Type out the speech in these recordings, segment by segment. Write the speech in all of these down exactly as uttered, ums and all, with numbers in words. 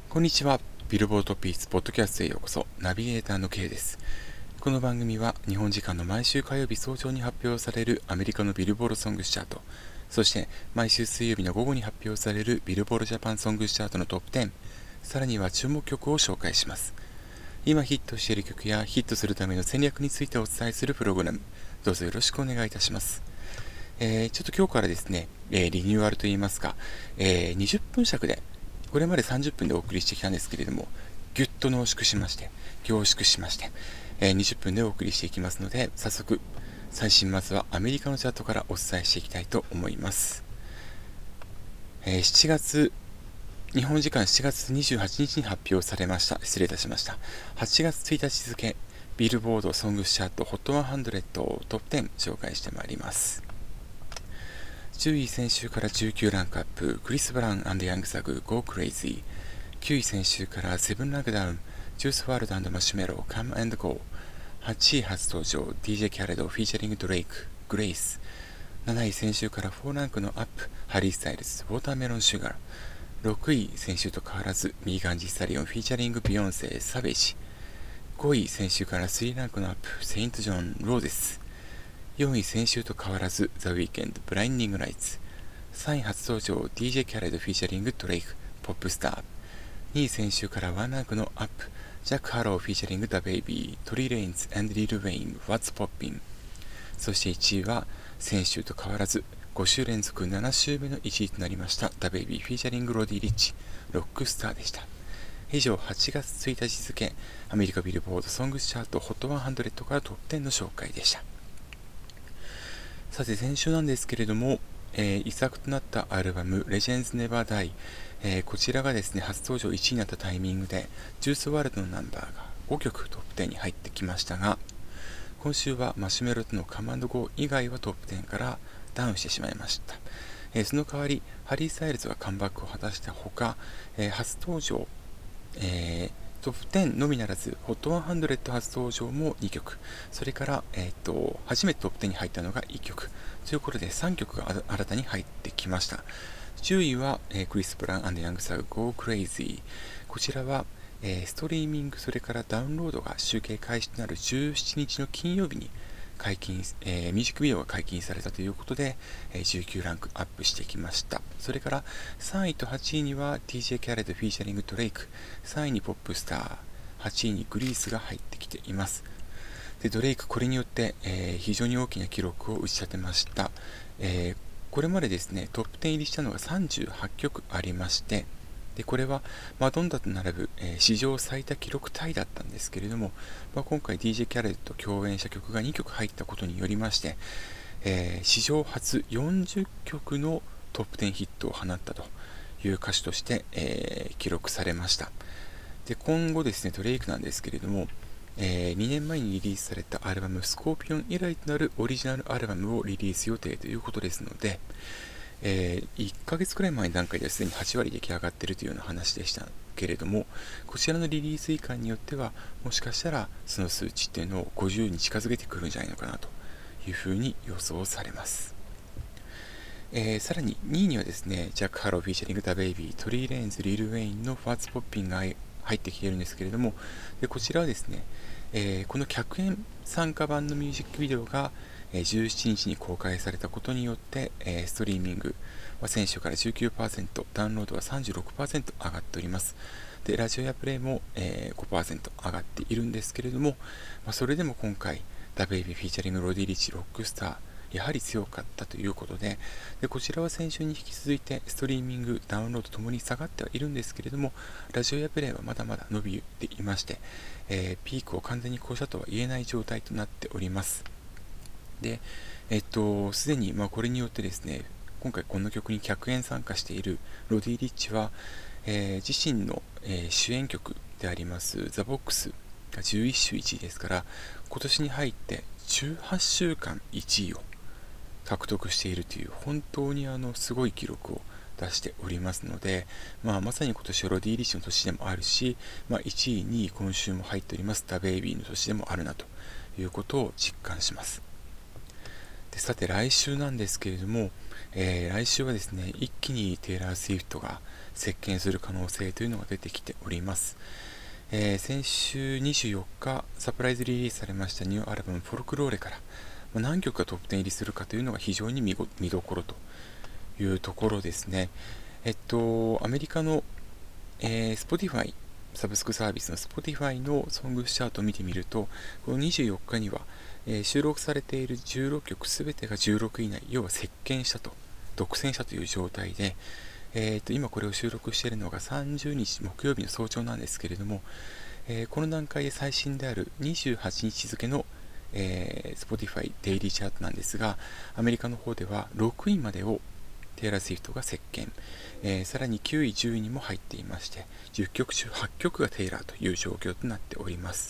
こんにちは。ビルボードピースポッドキャストへようこそ。ナビゲーターの K です。この番組は日本時間の毎週火曜日早朝に発表されるアメリカのビルボードソングスチャート、そして毎週水曜日の午後に発表されるビルボードジャパンソングスチャートのトップじゅう、さらには注目曲を紹介します。今ヒットしている曲やヒットするための戦略についてお伝えするプログラム、どうぞよろしくお願いいたします。えー、ちょっと今日からですね、えー、リニューアルといいますか、えー、にじゅっぷん尺でこれまでさんじゅっぷんでお送りしてきたんですけれども、ぎゅっと濃縮しまして、凝縮しまして、えー、にじゅっぷんでお送りしていきますので、早速、最新まずはアメリカのチャートからお伝えしていきたいと思います。えー、しちがつ、日本時間しちがつにじゅうはちにちに発表されました。失礼いたしました。はちがつついたち付、ビルボードソングチャート ホットひゃく トップじゅう紹介してまいります。じゅうい先週からじゅうきゅうランクアップ、クリス・ブラウン&ヤングザグ Go Crazy。きゅうい先週からセブンランクダウン、ジュースワールド&マシュメロ Come and Go。はちい初登場、ディージェー キャレドフィーチャリングドレイク Grace。なない先週からよんランクのアップ、ハリー・スタイルズ Watermelon Sugar。ろくい先週と変わらず、ミーガン・ジスタリオンフィーチャリングビヨンセ Savage。ごい先週からさんランクのアップ、セイント・ジョン・ローデス。よんい先週と変わらず、ザ・ウィーケンド、ブラインディング・ライツ。さんい初登場、ディージェー キャレドフィーチャリングドレイク、ポップスター。にい先週からワンランクのアップ、ジャック・ハローフィーチャリング・ダ・ベイビー、トリー・レインズ and リル・ウェイン、What's Poppin'。そしていちいは、先週と変わらず、ご週連続なな週目のいちいとなりました、ダ・ベイビーフィーチャリング・ロディ・リッチ、ロックスターでした。以上、はちがつついたち付、アメリカビルボードソングチャート ホットひゃく からトップじゅうの紹介でした。さて先週なんですけれども、えー、遺作となったアルバム Legends Never Die、えー、こちらがですね初登場いちいになったタイミングでジュースワールドのナンバーがごきょくトップじゅうに入ってきましたが、今週はマシュメロとのカマンドゴー以外はトップじゅうからダウンしてしまいました。えー、その代わりハリー・スタイルズがカムバックを果たしたほか、えー、初登場、えートップじゅうのみならず、ホットひゃく初登場もにきょく、それから、えー、と初めてトップじゅうに入ったのがいっきょく、ということでさんきょくが新たに入ってきました。じゅういは、えー、クリス・ブラウン&ヤングサグ Go Crazy。こちらは、えー、ストリーミング、それからダウンロードが集計開始となるじゅうしちにちの金曜日に解禁、えー、ミュージックビデオが解禁されたということで、えー、じゅうきゅうランクアップしてきました。それからさんいとはちいには ディージェー キャレドフィーチャリングドレイク、さんいにポップスター、はちいにグリースが入ってきています。でドレイク、これによって、えー、非常に大きな記録を打ち立てました。えー、これまでですねトップじゅう入りしたのがさんじゅうはちきょくありまして、でこれはマドンナと並ぶ、えー、史上最多記録タイだったんですけれども、まあ、今回 ディージェー キャレットと共演した曲がにきょく入ったことによりまして、えー、史上初よんじゅっきょくのトップじゅうヒットを放ったという歌手として、えー、記録されました。で今後ですねドレイクなんですけれども、えー、にねんまえにリリースされたアルバムスコーピオン以来となるオリジナルアルバムをリリース予定ということですので、えー、いっかげつくらい前の段階ではすでにはちわり出来上がっているというような話でしたけれども、こちらのリリース以下によってはもしかしたらその数値っていうのをごじゅうに近づけてくるんじゃないのかなというふうに予想されます。えー、さらににいにはですねジャック・ハローフィーチャリング・ダ・ベイビー、トリー・レインズ、リル・ウェインのファーツ・ポッピンが入ってきているんですけれども、でこちらはですね、えー、この客演参加版のミュージックビデオがじゅうしちにちに公開されたことによって、えー、ストリーミングは先週から じゅうきゅうパーセント、ダウンロードは さんじゅうろくパーセント 上がっております。でラジオやプレイも、えー、ごパーセント 上がっているんですけれども、まあ、それでも今回ダ・ベイビーフィーチャリングロディ・リッチロックスターやはり強かったということで、でこちらは先週に引き続いてストリーミング、ダウンロードともに下がってはいるんですけれども、ラジオやプレイはまだまだ伸びていまして、えー、ピークを完全に越したとは言えない状態となっております。で、えっと、すでに、まあ、これによってですね、今回この曲に客演参加しているロディ・リッチは、えー、自身の、えー、主演曲でありますザ・ボックスがじゅういっしゅいちいですから、今年に入ってじゅうはっしゅうかんいちいを獲得しているという本当にあのすごい記録を出しておりますので、まあ、まさに今年はロディ・リッチの年でもあるし、まあ、いちい、にい今週も入っておりますダ・ベイビーの年でもあるなということを実感します。でさて来週なんですけれども、えー、来週はですね一気にテイラー・スウィフトが席巻する可能性というのが出てきております。えー、先週にじゅうよっかサプライズリリースされましたニューアルバムフォルクローレから、まあ、何曲がトップテン入りするかというのが非常に見ご見どころというところですね。えっとアメリカの、えー、Spotify サブスクサービスの Spotify のソングチャートを見てみると、このにじゅうよっかには、えー、収録されているじゅうろっきょくすべてがじゅうろくい以内、要は席巻したと独占したという状態で、えー、と今これを収録しているのがさんじゅうにち木曜日の早朝なんですけれども、えー、この段階で最新であるにじゅうはちにち付の、えー、Spotify デイリーチャートなんですが、アメリカの方ではろくいまでをテイラー・スウィフトが席巻、えー、さらにきゅうい、じゅういにも入っていまして、じゅっきょく中はっきょくがテイラーという状況となっております。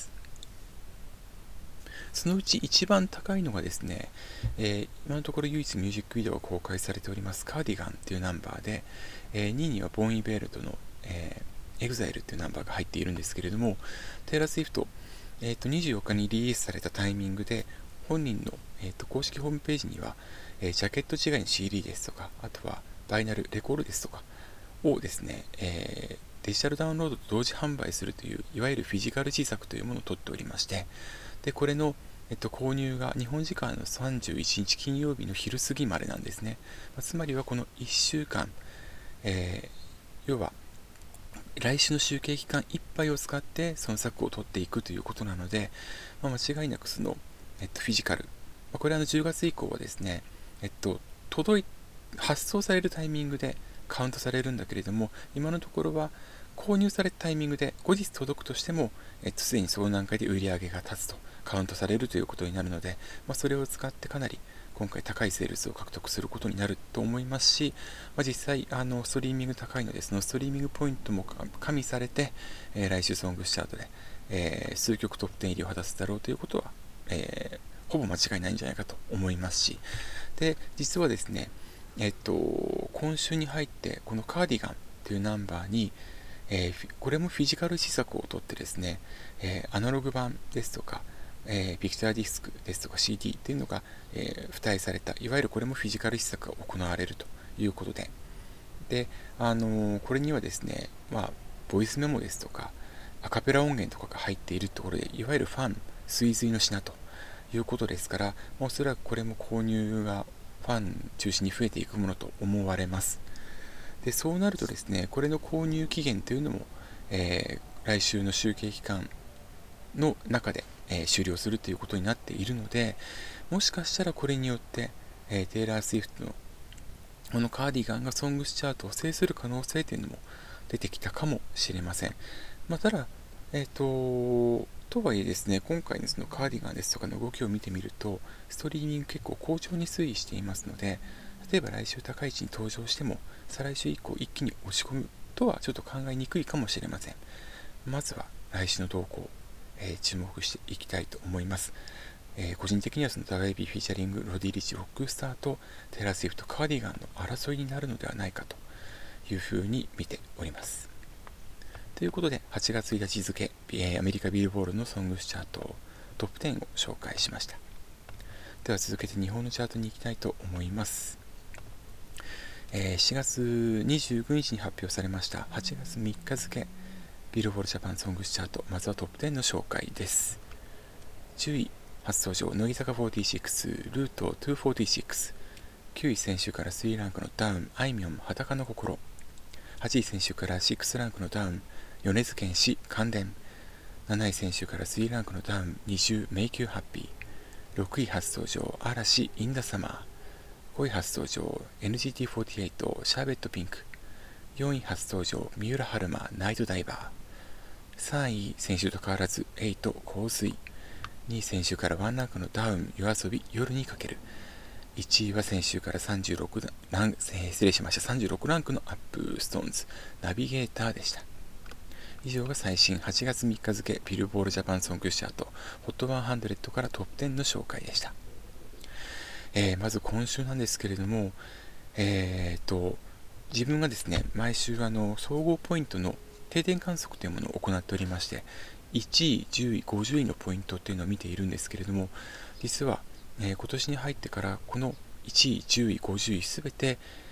そのうち一番高いのがですね、えー、今のところ唯一ミュージックビデオが公開されておりますカーディガンというナンバーで、えー、にいにはボン・イベールトの、えー、エグザイルというナンバーが入っているんですけれども、テイラー・スウィフト、えー、とにじゅうよっかにリリースされたタイミングで本人の、えー、と公式ホームページには、えー、ジャケット違いの シーディー ですとか、あとはバイナルレコードですとかをですね、えー、デジタルダウンロードと同時販売するといういわゆるフィジカル自作というものを取っておりまして、でこれの、えっと、購入が日本時間のさんじゅういちにち金曜日の昼過ぎまでなんですね。まあ、つまりはこのいっしゅうかん、えー、要は来週の集計期間いっぱいを使ってその策を取っていくということなので、まあ、間違いなくその、えっと、フィジカル、まあ、これはあのじゅうがつ以降はですね、えっと、届い発送されるタイミングでカウントされるんだけれども、今のところは購入されたタイミングで後日届くとしても、えっと、すでにその段階で売り上げが立つとカウントされるということになるので、まあ、それを使ってかなり今回高いセールスを獲得することになると思いますし、まあ、実際あのストリーミング高いので、そのストリーミングポイントも加味されて、えー、来週ソングチャートで、えー、数曲トップテン入りを果たすだろうということは、えー、ほぼ間違いないんじゃないかと思いますし、で実はですね、えっと、今週に入ってこのカーディガンというナンバーに、えー、これもフィジカル施策をとってですね、えー、アナログ版ですとか、えー、ピクチャーディスクですとか シーディー というのが、えー、付帯された、いわゆるこれもフィジカル施策が行われるということで、で、あのー、これにはですね、まあ、ボイスメモですとかアカペラ音源とかが入っているところで、いわゆるファン追随の品ということですから、おそらくこれも購入がファン中心に増えていくものと思われます。でそうなるとですね、これの購入期限というのも、えー、来週の集計期間の中で、えー、終了するということになっているので、もしかしたらこれによって、えー、テイラー・スウィフトのこのカーディガンがソングスチャートを制する可能性というのも出てきたかもしれません。まあ、ただ、えっ、ー、ととはいえですね、今回のそのカーディガンですとかの動きを見てみると、ストリーミング結構好調に推移していますので、例えば来週高い位置に登場しても、再来週以降一気に押し込むとはちょっと考えにくいかもしれません。まずは来週の動向、えー、注目していきたいと思います。えー、個人的にはそのダガイビーフィーチャリングロディ・リッチ・ロックスターとテイラー・スウィフト・カーディガンの争いになるのではないかというふうに見ております。ということではちがつついたち付、えー、アメリカビルボールのソングスチャートトップテンを紹介しました。では続けて日本のチャートに行きたいと思います。えー、しがつにじゅうくにちに発表されましたはちがつみっか付ビルボールジャパンソングスチャート、まずはトップテンの紹介です。じゅうい初登場、乃木坂フォーティーシックスルートにひゃくよんじゅうろく。きゅうい先週からさんランクのダウン、あいみょん裸の心。はちい先週からろくランクのダウン、米津玄師感電。なない先週からさんランクのダウン、にじゅう迷宮ハッピー。ろくい初登場、嵐インダサマー。ごい初登場 エヌジーティーフォーティーエイト シャーベットピンク。よんい初登場三浦春馬ナイトダイバー。さんい先週と変わらずはち香水。にい先週からワンランクのダウン夜遊び夜にかける。いちいは先週からさんじゅうろくランク、えー、失礼しましたさんじゅうろくランクのアップストーンズナビゲーターでした。以上が最新はちがつみっか付ビルボールジャパンソングチャート ホットひゃく からトップテンの紹介でした。えー、まず今週なんですけれども、えー、と自分がですね毎週あの総合ポイントの定点観測というものを行っておりまして、いちい、じゅうい、ごじゅういのポイントというのを見ているんですけれども、実は、えー、今年に入ってからこのいちい、じゅうい、ごじゅういすべて、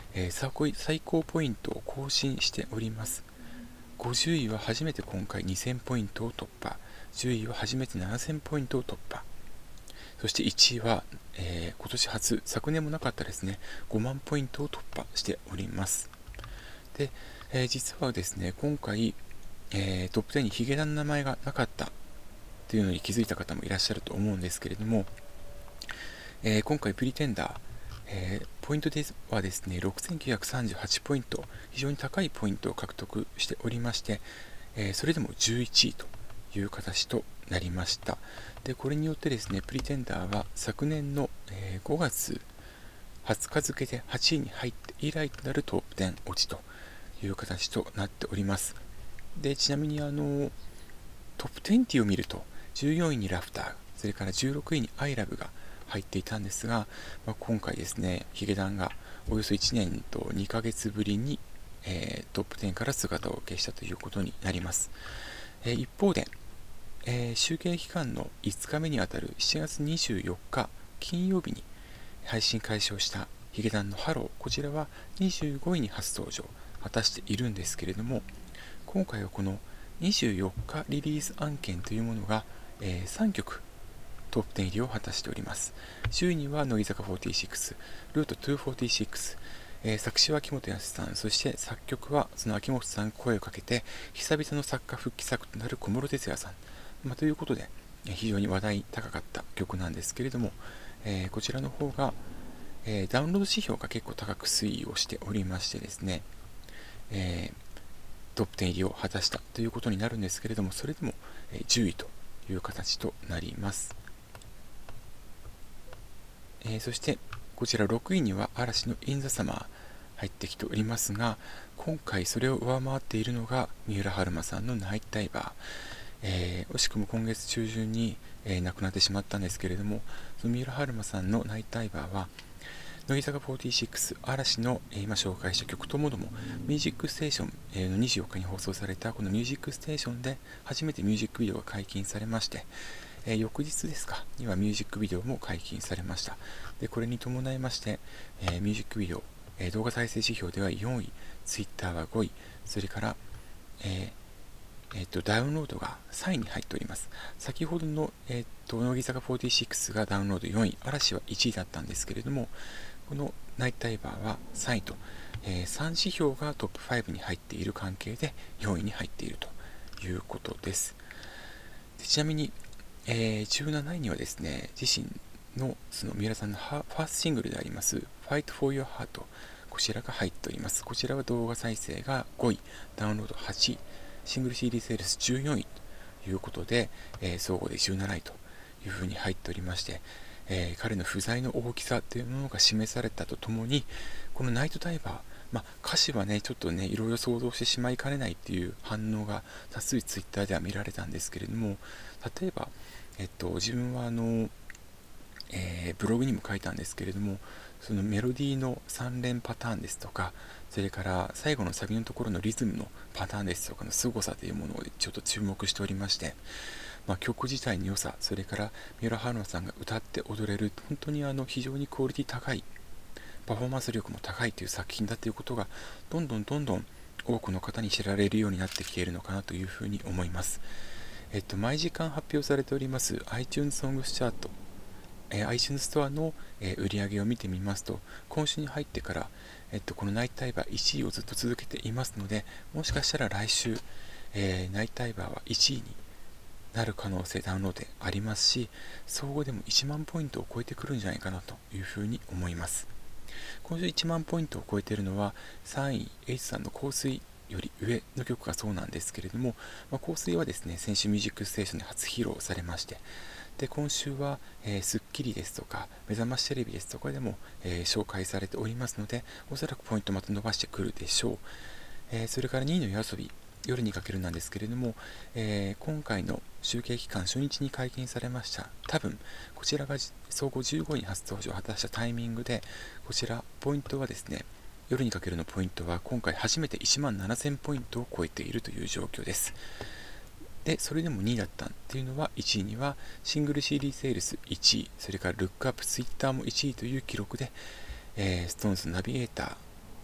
えー最高ポイントを更新しております。ごじゅういは初めて今回にせんポイントを突破、じゅういは初めてななせんポイントを突破、そしていちいは、えー今年初、昨年もなかったですね、ごまんポイントを突破しております。で、えー実はですね、今回、えートップじゅうにヒゲダンの名前がなかったというのに気づいた方もいらっしゃると思うんですけれども、えー今回プリテンダー、えーポイントではですね、ろくせんきゅうひゃくさんじゅうはちポイント、非常に高いポイントを獲得しておりまして、えーそれでもじゅういちいという形となりました。で、これによってですね、プリテンダーは昨年の、えーごがつはつか付ではちいに入って以来となるトップじゅう落ちという形となっております。で、ちなみにあのトップにじゅうを見ると、じゅうよんいにラフター、それからじゅうろくいにアイラブが入っていたんですが、まあ、今回ですね、ヒゲダンがおよそいちねんとにかげつぶりに、えー、トップじゅうから姿を消したということになります。えー、一方で、えー、集計期間のいつかめにあたるしちがつにじゅうよっか金曜日に配信開始をしたヒゲダンのハロー、こちらはにじゅうごいに初登場果たしているんですけれども、今回はこのにじゅうよっかリリース案件というものが、えー、さんきょくトップじゅう入りを果たしております。じゅういには乃木坂フォーティーシックス、ルートにひゃくよんじゅうろく、えー、作詞は秋元康さん、そして作曲はその秋元さん声をかけて久々の作家復帰作となる小室哲哉さん、まあ、ということで非常に話題高かった曲なんですけれども、えー、こちらの方が、えー、ダウンロード指標が結構高く推移をしておりましてですね、えートップじゅう入りを果たしたということになるんですけれども、それでもじゅういという形となります。えー、そしてこちらろくいには嵐の In the Summer 入ってきておりますが、今回それを上回っているのが三浦春馬さんのナイトダイバー、えー、惜しくも今月中旬に、えー、亡くなってしまったんですけれども、その三浦春馬さんのナイトダイバーは乃木坂フォーティーシックス、嵐の、えー、今紹介した曲ともども、ミュージックステーション、えー、のにじゅうよっかに放送されたこのミュージックステーションで初めてミュージックビデオが解禁されまして、えー、翌日ですかにはミュージックビデオも解禁されました。で、これに伴いまして、えー、ミュージックビデオ、えー、動画再生指標ではよんい、Twitter はごい、それから、えーえー、とダウンロードがさんいに入っております。先ほどの、えー、と乃木坂フォーティーシックスがダウンロードよんい、嵐はいちいだったんですけれども、このナイトダイバーはさんいと、えー、さん指標がトップごに入っている関係でよんいに入っているということです。でちなみに、えー、じゅうなないにはですね、自身のその三浦さんのファーストシングルであります「ファイトフォーユアハート」、こちらが入っております。こちらは動画再生がごい、ダウンロードはちい、シングル シーディー セールスじゅうよんいということで、えー、総合でじゅうなないというふうに入っておりまして、えー、彼の不在の大きさというものが示されたとともに、このナイトダイバー、まあ、歌詞はねちょっとねいろいろ想像してしまいかねないっていう反応が多数ツイッターでは見られたんですけれども、例えば、えっと、自分はあの、えー、ブログにも書いたんですけれども、そのメロディーのさん連パターンですとか、それから最後のサビのところのリズムのパターンですとかの凄さというものをちょっと注目しておりまして、まあ、曲自体の良さ、それから三浦春馬さんが歌って踊れる本当にあの非常にクオリティ高い、パフォーマンス力も高いという作品だということがどんどんどんどん多くの方に知られるようになってきているのかなというふうに思います。えっと、毎時間発表されております iTunes ソングスチャート、えー、iTunes ストアの、えー、売り上げを見てみますと、今週に入ってから、えっと、このナイトダイバーいちいをずっと続けていますので、もしかしたら来週、えー、ナイトダイバーはいちいになる可能性、ダウンロードでありますし、総合でもいちまんポイントを超えてくるんじゃないかなというふうに思います。今週いちまんポイントを超えているのはさんい H さんの香水より上の曲がそうなんですけれども、まあ、香水はですね、先週ミュージックステーションで初披露されまして、で今週は、えー、スッキリですとか目覚ましテレビですとかでも、えー、紹介されておりますので、おそらくポイントまた伸ばしてくるでしょう。えー、それからにいの夜遊び、夜にかけるなんですけれども、えー、今回の集計期間初日に解禁されました。多分こちらが総合じゅうごいに初登場を果たしたタイミングで、こちらポイントはですね、夜にかけるのポイントは今回初めていちまんななせんポイントを超えているという状況です。でそれでもにいだったっていうのは、いちいにはシングル シーディー セールスいちい、それからルックアップツイッターもいちいという記録で、えー、ストーンズのナビゲーター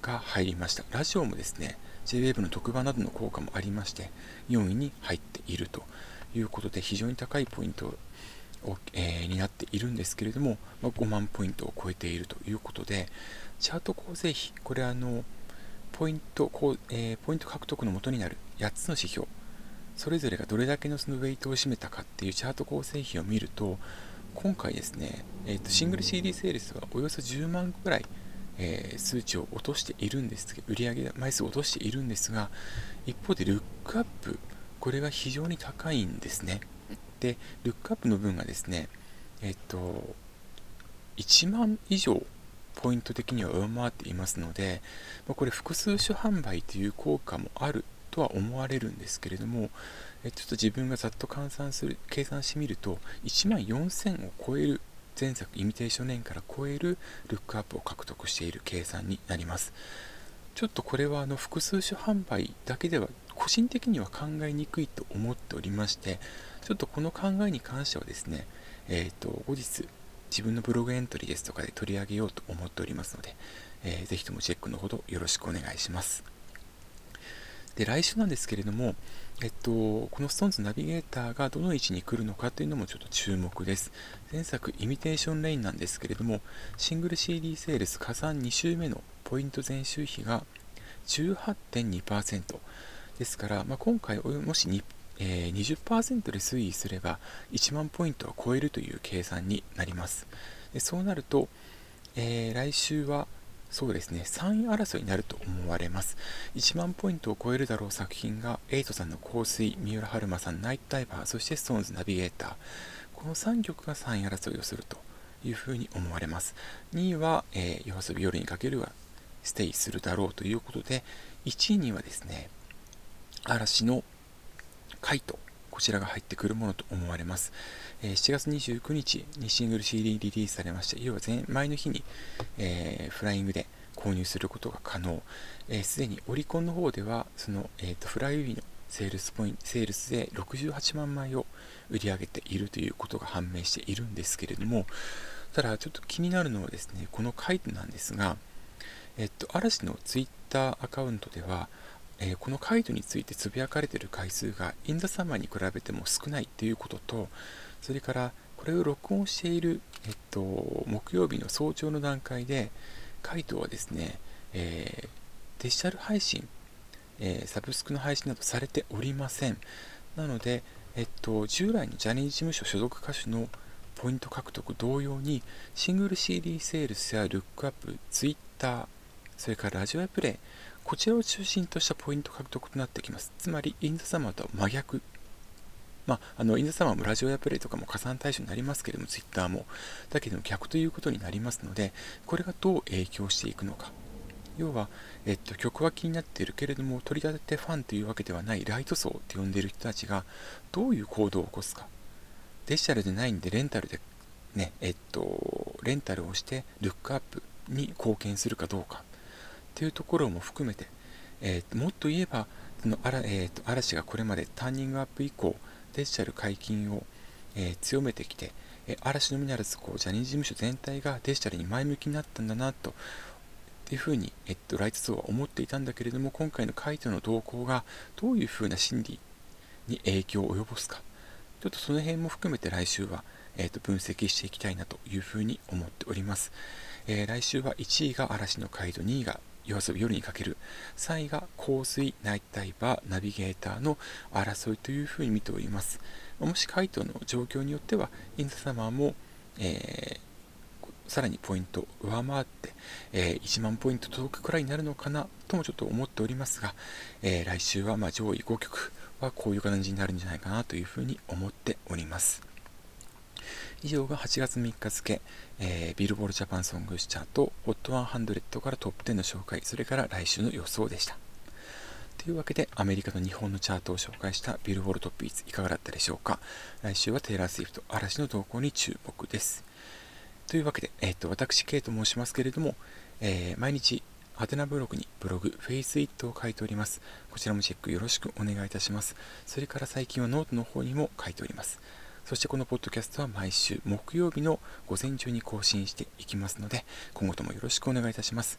が入りました。ラジオもですね、ジェイウェーブ の特番などの効果もありまして、よんいに入っているということで、非常に高いポイントを、えー、になっているんですけれども、まあ、ごまんポイントを超えているということで、チャート構成比、これはあのポイント、えー、ポイント獲得の元になるやっつの指標、それぞれがどれだけのそのウェイトを占めたかっていうチャート構成比を見ると、今回ですね、えー、とシングル シーディー セールスはおよそじゅうまんぐらい、えー、数値を落としているんですけど、売上枚数を落としているんですが、一方でルックアップ、これが非常に高いんですね。で、ルックアップの分がですね、えっ、ー、と、いちまん以上ポイント的には上回っていますので、これ複数種販売という効果もあるとは思われるんですけれども、ちょっと自分がざっと換算する計算してみると、いちまんよんせんを超える、前作イミテーションレインから超えるルックアップを獲得している計算になります。ちょっとこれはあの複数種販売だけでは個人的には考えにくいと思っておりまして、ちょっとこの考えに関してはですね、えーと後日自分のブログエントリーですとかで取り上げようと思っておりますので、えー、ぜひともチェックのほどよろしくお願いします。で、来週なんですけれども、えっと、このストーンズナビゲーターがどの位置に来るのかというのもちょっと注目です。前作イミテーションレインなんですけれども、シングル シーディー セールス加算に週目のポイント前週比が じゅうはちてんにパーセント ですから、まあ、今回もしにえー、にじゅっパーセント で推移すればいちまんポイントを超えるという計算になります。でそうなると、えー、来週はそうですね、さんい争いになると思われます。いちまんポイントを超えるだろう作品がエイトさんの香水、三浦春馬さんナイトダイバー、そしてストーンズナビゲーター、このさんきょくがさんい争いをするというふうに思われます。にいは、えー、夜遊び夜にかけるがステイするだろうということで、いちいにはですね、嵐のカイト、こちらが入ってくるものと思われます。えー、しちがつにじゅうくにちにシングル シーディー リリースされまして、要は前前の日に、えー、フライングで購入することが可能。すで、えー、にオリコンの方では、その、えーと、フライウィーのセールスポイント、セールスでろくじゅうはちまんまいを売り上げているということが判明しているんですけれども、ただちょっと気になるのはですね、このカイトなんですが、えっと、嵐のツイッターアカウントでは、えー、このカイトについてつぶやかれている回数がインザサマーに比べても少ないということと、それからこれを録音している、えっと、木曜日の早朝の段階でカイトはですね、えー、デジタル配信、えー、サブスクの配信などされておりません。なので、えっと、従来のジャニーズ事務所所属歌手のポイント獲得同様にシングル シーディー セールスやルックアップ、ツイッター、それからラジオやプレイ、こちらを中心としたポイント獲得となってきます。つまり、インザサマーとは真逆。まあ、あのインザサマーもラジオやプレイとかも加算対象になりますけれども、ツイッターも。だけども逆ということになりますので、これがどう影響していくのか。要は、えっと、曲は気になっているけれども、取り立ててファンというわけではないライト層って呼んでいる人たちが、どういう行動を起こすか。デジタルでないんで、レンタルで、ね、えっと、レンタルをして、ルックアップに貢献するかどうか。というところも含めて、えー、もっと言えばその、えー、と嵐がこれまでターニングアップ以降デジタル解禁を、えー、強めてきて、えー、嵐のみならずこうジャニーズ事務所全体がデジタルに前向きになったんだなとっていうふうに、えっと、ライト層は思っていたんだけれども、今回のカイトの動向がどういうふうな心理に影響を及ぼすか、ちょっとその辺も含めて来週は、えー、と分析していきたいなというふうに思っております。えー、来週はいちいが嵐のカイト、にいが夜遊び夜にかける、さんいが香水、ナイトダイバー、ナビゲーターの争いというふうに見ております。もしカイトの状況によってはインザサマーも、えー、さらにポイントを上回って、えー、いちまんポイント届くくらいになるのかなともちょっと思っておりますが、えー、来週はまあ上位ごきょくはこういう感じになるんじゃないかなというふうに思っております。以上がはちがつみっか付、えー、ビルボールジャパンソングスチャート ホットひゃく からトップじゅうの紹介、それから来週の予想でした。というわけでアメリカと日本のチャートを紹介したビルボールトップいついかがだったでしょうか。来週はテイラー・スウィフト、嵐の動向に注目です。というわけで、えー、と私 K と申しますけれども、えー、毎日ハテナブログにブログ、フェイスイットを書いております。こちらもチェックよろしくお願いいたします。それから最近はノートの方にも書いております。そしてこのポッドキャストは毎週木曜日の午前中に更新していきますので、今後ともよろしくお願いいたします。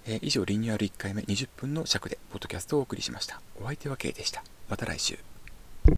えー以上、リニューアルいっかいめにじゅっぷんの尺でポッドキャストをお送りしました。お相手は K でした。また来週。